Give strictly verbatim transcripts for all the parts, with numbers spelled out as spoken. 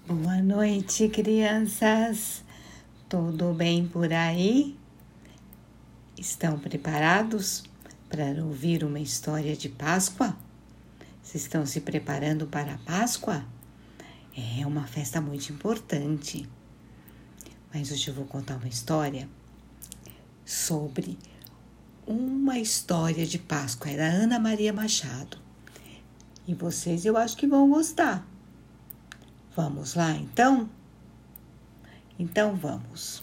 Boa noite, crianças. Tudo bem por aí? Estão preparados para ouvir uma história de Páscoa? Vocês estão se preparando para a Páscoa? É uma festa muito importante. Mas hoje eu vou contar uma história sobre uma história de Páscoa. É da Ana Maria Machado. E vocês eu acho que vão gostar. Vamos lá, então? Então vamos.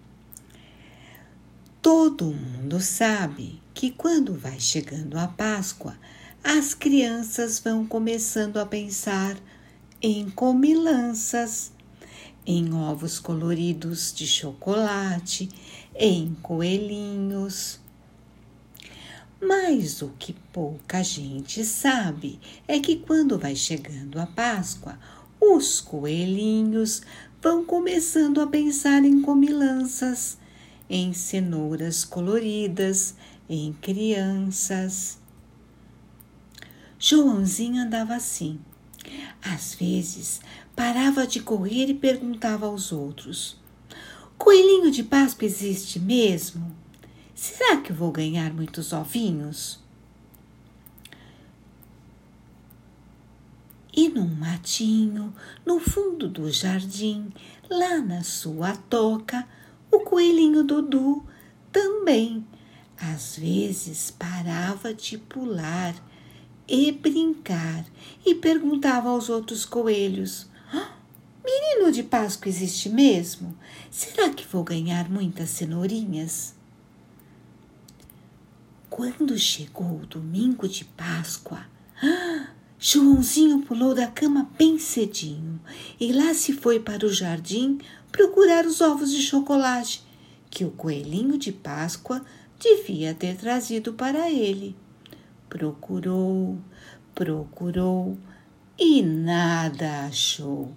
Todo mundo sabe que quando vai chegando a Páscoa, as crianças vão começando a pensar em comilanças, em ovos coloridos de chocolate, em coelhinhos. Mas o que pouca gente sabe é que quando vai chegando a Páscoa, os coelhinhos vão começando a pensar em comilanças, em cenouras coloridas, em crianças. Joãozinho andava assim. Às vezes, parava de correr e perguntava aos outros: coelhinho de Páscoa existe mesmo? Será que eu vou ganhar muitos ovinhos? E num matinho, no fundo do jardim, lá na sua toca, o coelhinho Dudu também, às vezes, parava de pular e brincar e perguntava aos outros coelhos: ah, menino de Páscoa existe mesmo? Será que vou ganhar muitas cenourinhas? Quando chegou o domingo de Páscoa, ah, Joãozinho pulou da cama bem cedinho e lá se foi para o jardim procurar os ovos de chocolate que o coelhinho de Páscoa devia ter trazido para ele. Procurou, procurou e nada achou.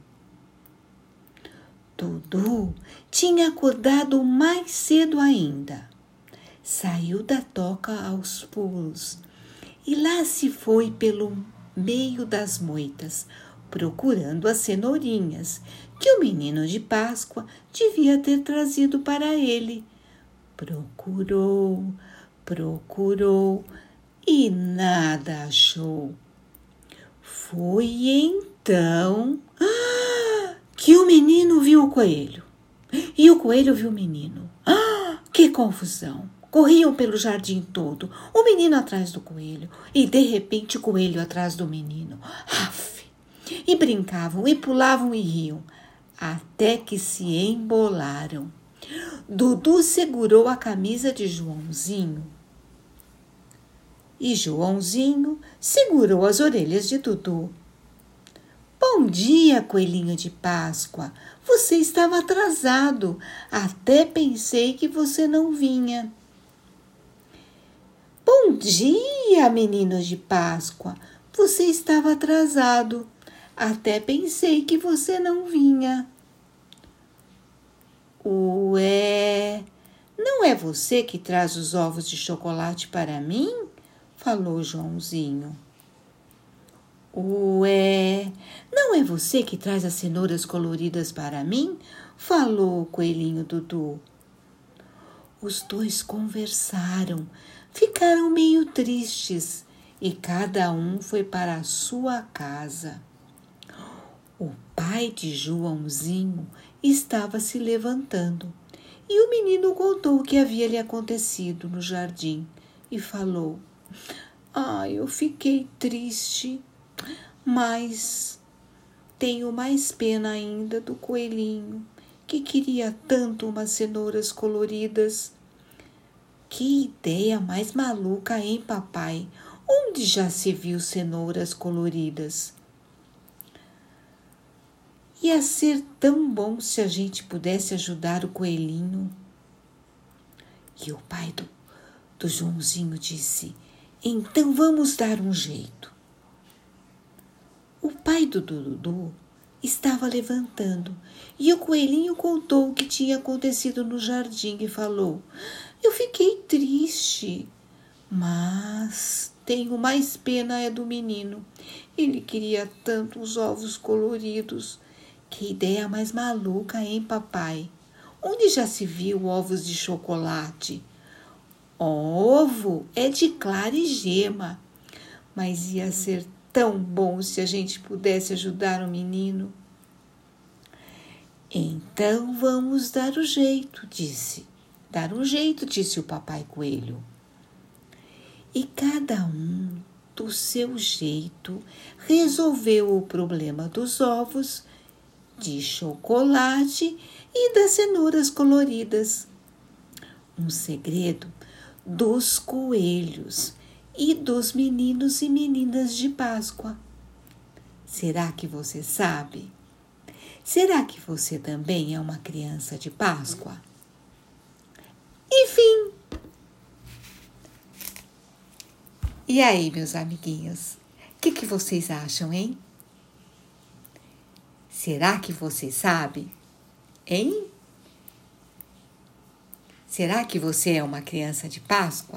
Dudu tinha acordado mais cedo ainda. Saiu da toca aos pulos e lá se foi pelo meio das moitas, procurando as cenourinhas que o menino de Páscoa devia ter trazido para ele. Procurou, procurou e nada achou. Foi então ah, que o menino viu o coelho e o coelho viu o menino. Ah, que confusão! Corriam pelo jardim todo, o menino atrás do coelho e, de repente, o coelho atrás do menino. Aff! E brincavam, e pulavam e riam, até que se embolaram. Dudu segurou a camisa de Joãozinho e Joãozinho segurou as orelhas de Dudu. Bom dia, coelhinho de Páscoa. Você estava atrasado. Até pensei que você não vinha. Bom dia, menino de Páscoa. Você estava atrasado. Até pensei que você não vinha. Ué, não é você que traz os ovos de chocolate para mim? Falou Joãozinho. Ué, não é você que traz as cenouras coloridas para mim? Falou o coelhinho Dudu. Os dois conversaram, ficaram meio tristes e cada um foi para a sua casa. O pai de Joãozinho estava se levantando e o menino contou o que havia lhe acontecido no jardim e falou: Ah, eu fiquei triste, mas tenho mais pena ainda do coelhinho, que queria tanto umas cenouras coloridas. Que ideia mais maluca, hein, papai? Onde já se viu cenouras coloridas? Ia ser tão bom se a gente pudesse ajudar o coelhinho. E o pai do, do Joãozinho disse: Então vamos dar um jeito. O pai do Dudu estava levantando e o coelhinho contou o que tinha acontecido no jardim e falou: Eu fiquei triste, mas tenho mais pena é do menino. Ele queria tanto os ovos coloridos Que ideia mais maluca, hein, papai? Onde já se viu ovos de chocolate? Ovo é de clara e gema, mas ia ser tão bom se a gente pudesse ajudar o menino. Então vamos dar o jeito, disse. Dar um jeito, disse o papai coelho. E cada um, do seu jeito, resolveu o problema dos ovos de chocolate e das cenouras coloridas. Um segredo dos coelhos e dos meninos e meninas de Páscoa. Será que você sabe? Será que você também é uma criança de Páscoa? Enfim. E aí, meus amiguinhos, o que, que vocês acham, hein? Será que você sabe? Hein? Será que você é uma criança de Páscoa?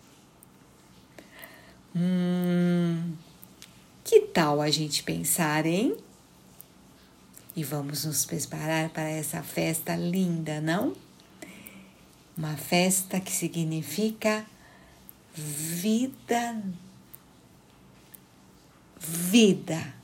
Hum, que tal a gente pensar, hein? E vamos nos preparar para essa festa linda, não? Uma festa que significa vida. Vida.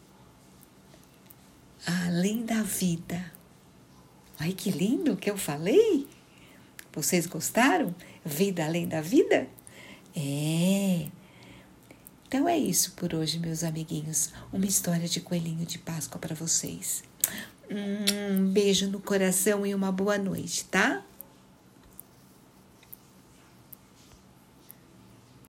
Além da vida. Ai, que lindo que eu falei! Vocês gostaram? Vida além da vida? É. Então é isso por hoje, meus amiguinhos. Uma história de coelhinho de Páscoa para vocês. Um beijo no coração e uma boa noite, tá?